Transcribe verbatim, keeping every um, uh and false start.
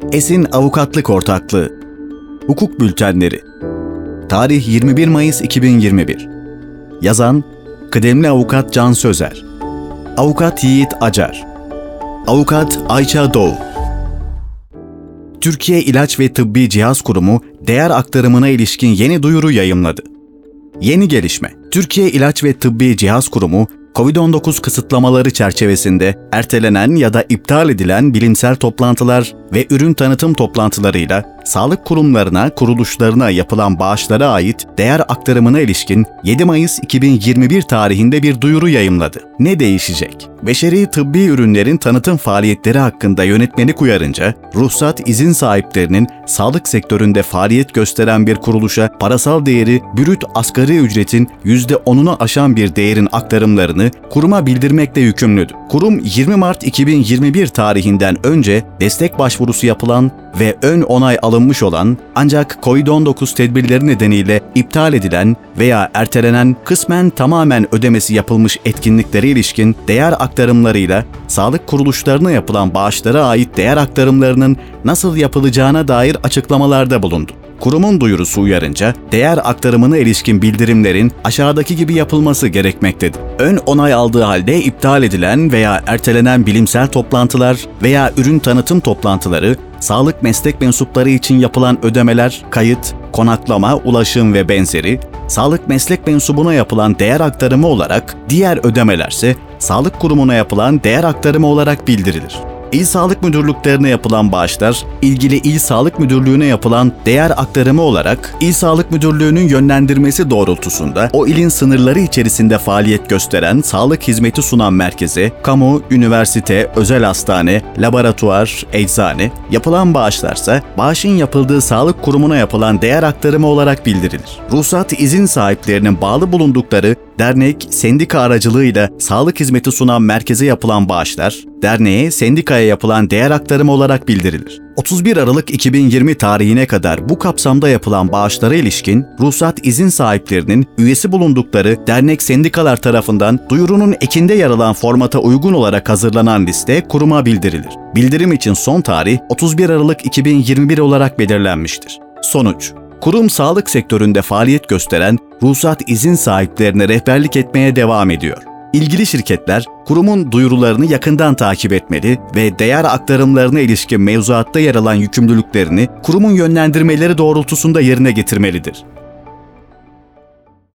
Esin Avukatlık Ortaklığı Hukuk Bültenleri Tarih yirmi bir Mayıs iki bin yirmi bir Yazan Kıdemli Avukat Can Sözer, Avukat Yiğit Acar, Avukat Ayça Doğu. Türkiye İlaç ve Tıbbi Cihaz Kurumu değer aktarımına ilişkin yeni duyuru yayımladı. Yeni gelişme: Türkiye İlaç ve Tıbbi Cihaz Kurumu, kovid on dokuz kısıtlamaları çerçevesinde ertelenen ya da iptal edilen bilimsel toplantılar ve ürün tanıtım toplantılarıyla sağlık kurumlarına, kuruluşlarına yapılan bağışlara ait değer aktarımına ilişkin yedi Mayıs iki bin yirmi bir tarihinde bir duyuru yayımladı. Ne değişecek? Beşeri tıbbi ürünlerin tanıtım faaliyetleri hakkında yönetmelik uyarınca, ruhsat izin sahiplerinin sağlık sektöründe faaliyet gösteren bir kuruluşa parasal değeri brüt asgari ücretin yüzde onunu aşan bir değerin aktarımlarını kuruma bildirmekle yükümlüdür. Kurum yirmi Mart iki bin yirmi bir tarihinden önce destek başvurusu yapılan ve ön onay alınmış olan ancak kovid on dokuz tedbirleri nedeniyle iptal edilen veya ertelenen, kısmen tamamen ödemesi yapılmış etkinliklere ilişkin değer aktarımlarıyla sağlık kuruluşlarına yapılan bağışlara ait değer aktarımlarının nasıl yapılacağına dair açıklamalarda bulundu. Kurumun duyurusu uyarınca değer aktarımına ilişkin bildirimlerin aşağıdaki gibi yapılması gerekmektedir. Ön onay aldığı halde iptal edilen veya ertelenen bilimsel toplantılar veya ürün tanıtım toplantıları, sağlık meslek mensupları için yapılan ödemeler, kayıt, konaklama, ulaşım ve benzeri, sağlık meslek mensubuna yapılan değer aktarımı olarak, diğer ödemelerse sağlık kurumuna yapılan değer aktarımı olarak bildirilir. İl Sağlık Müdürlüklerine yapılan bağışlar, ilgili İl Sağlık Müdürlüğü'ne yapılan değer aktarımı olarak, İl Sağlık Müdürlüğü'nün yönlendirmesi doğrultusunda o ilin sınırları içerisinde faaliyet gösteren sağlık hizmeti sunan merkeze, kamu, üniversite, özel hastane, laboratuvar, eczane, yapılan bağışlarsa, bağışın yapıldığı sağlık kurumuna yapılan değer aktarımı olarak bildirilir. Ruhsat izin sahiplerinin bağlı bulundukları dernek, sendika aracılığıyla sağlık hizmeti sunan merkeze yapılan bağışlar, derneğe, sendikaya yapılan değer aktarımı olarak bildirilir. otuz bir Aralık iki bin yirmi tarihine kadar bu kapsamda yapılan bağışlara ilişkin ruhsat izin sahiplerinin üyesi bulundukları dernek, sendikalar tarafından duyurunun ekinde yer alan formata uygun olarak hazırlanan liste kuruma bildirilir. Bildirim için son tarih otuz bir Aralık iki bin yirmi bir olarak belirlenmiştir. Sonuç: kurum sağlık sektöründe faaliyet gösteren ruhsat izin sahiplerine rehberlik etmeye devam ediyor. İlgili şirketler, kurumun duyurularını yakından takip etmeli ve değer aktarımlarına ilişkin mevzuatta yer alan yükümlülüklerini kurumun yönlendirmeleri doğrultusunda yerine getirmelidir.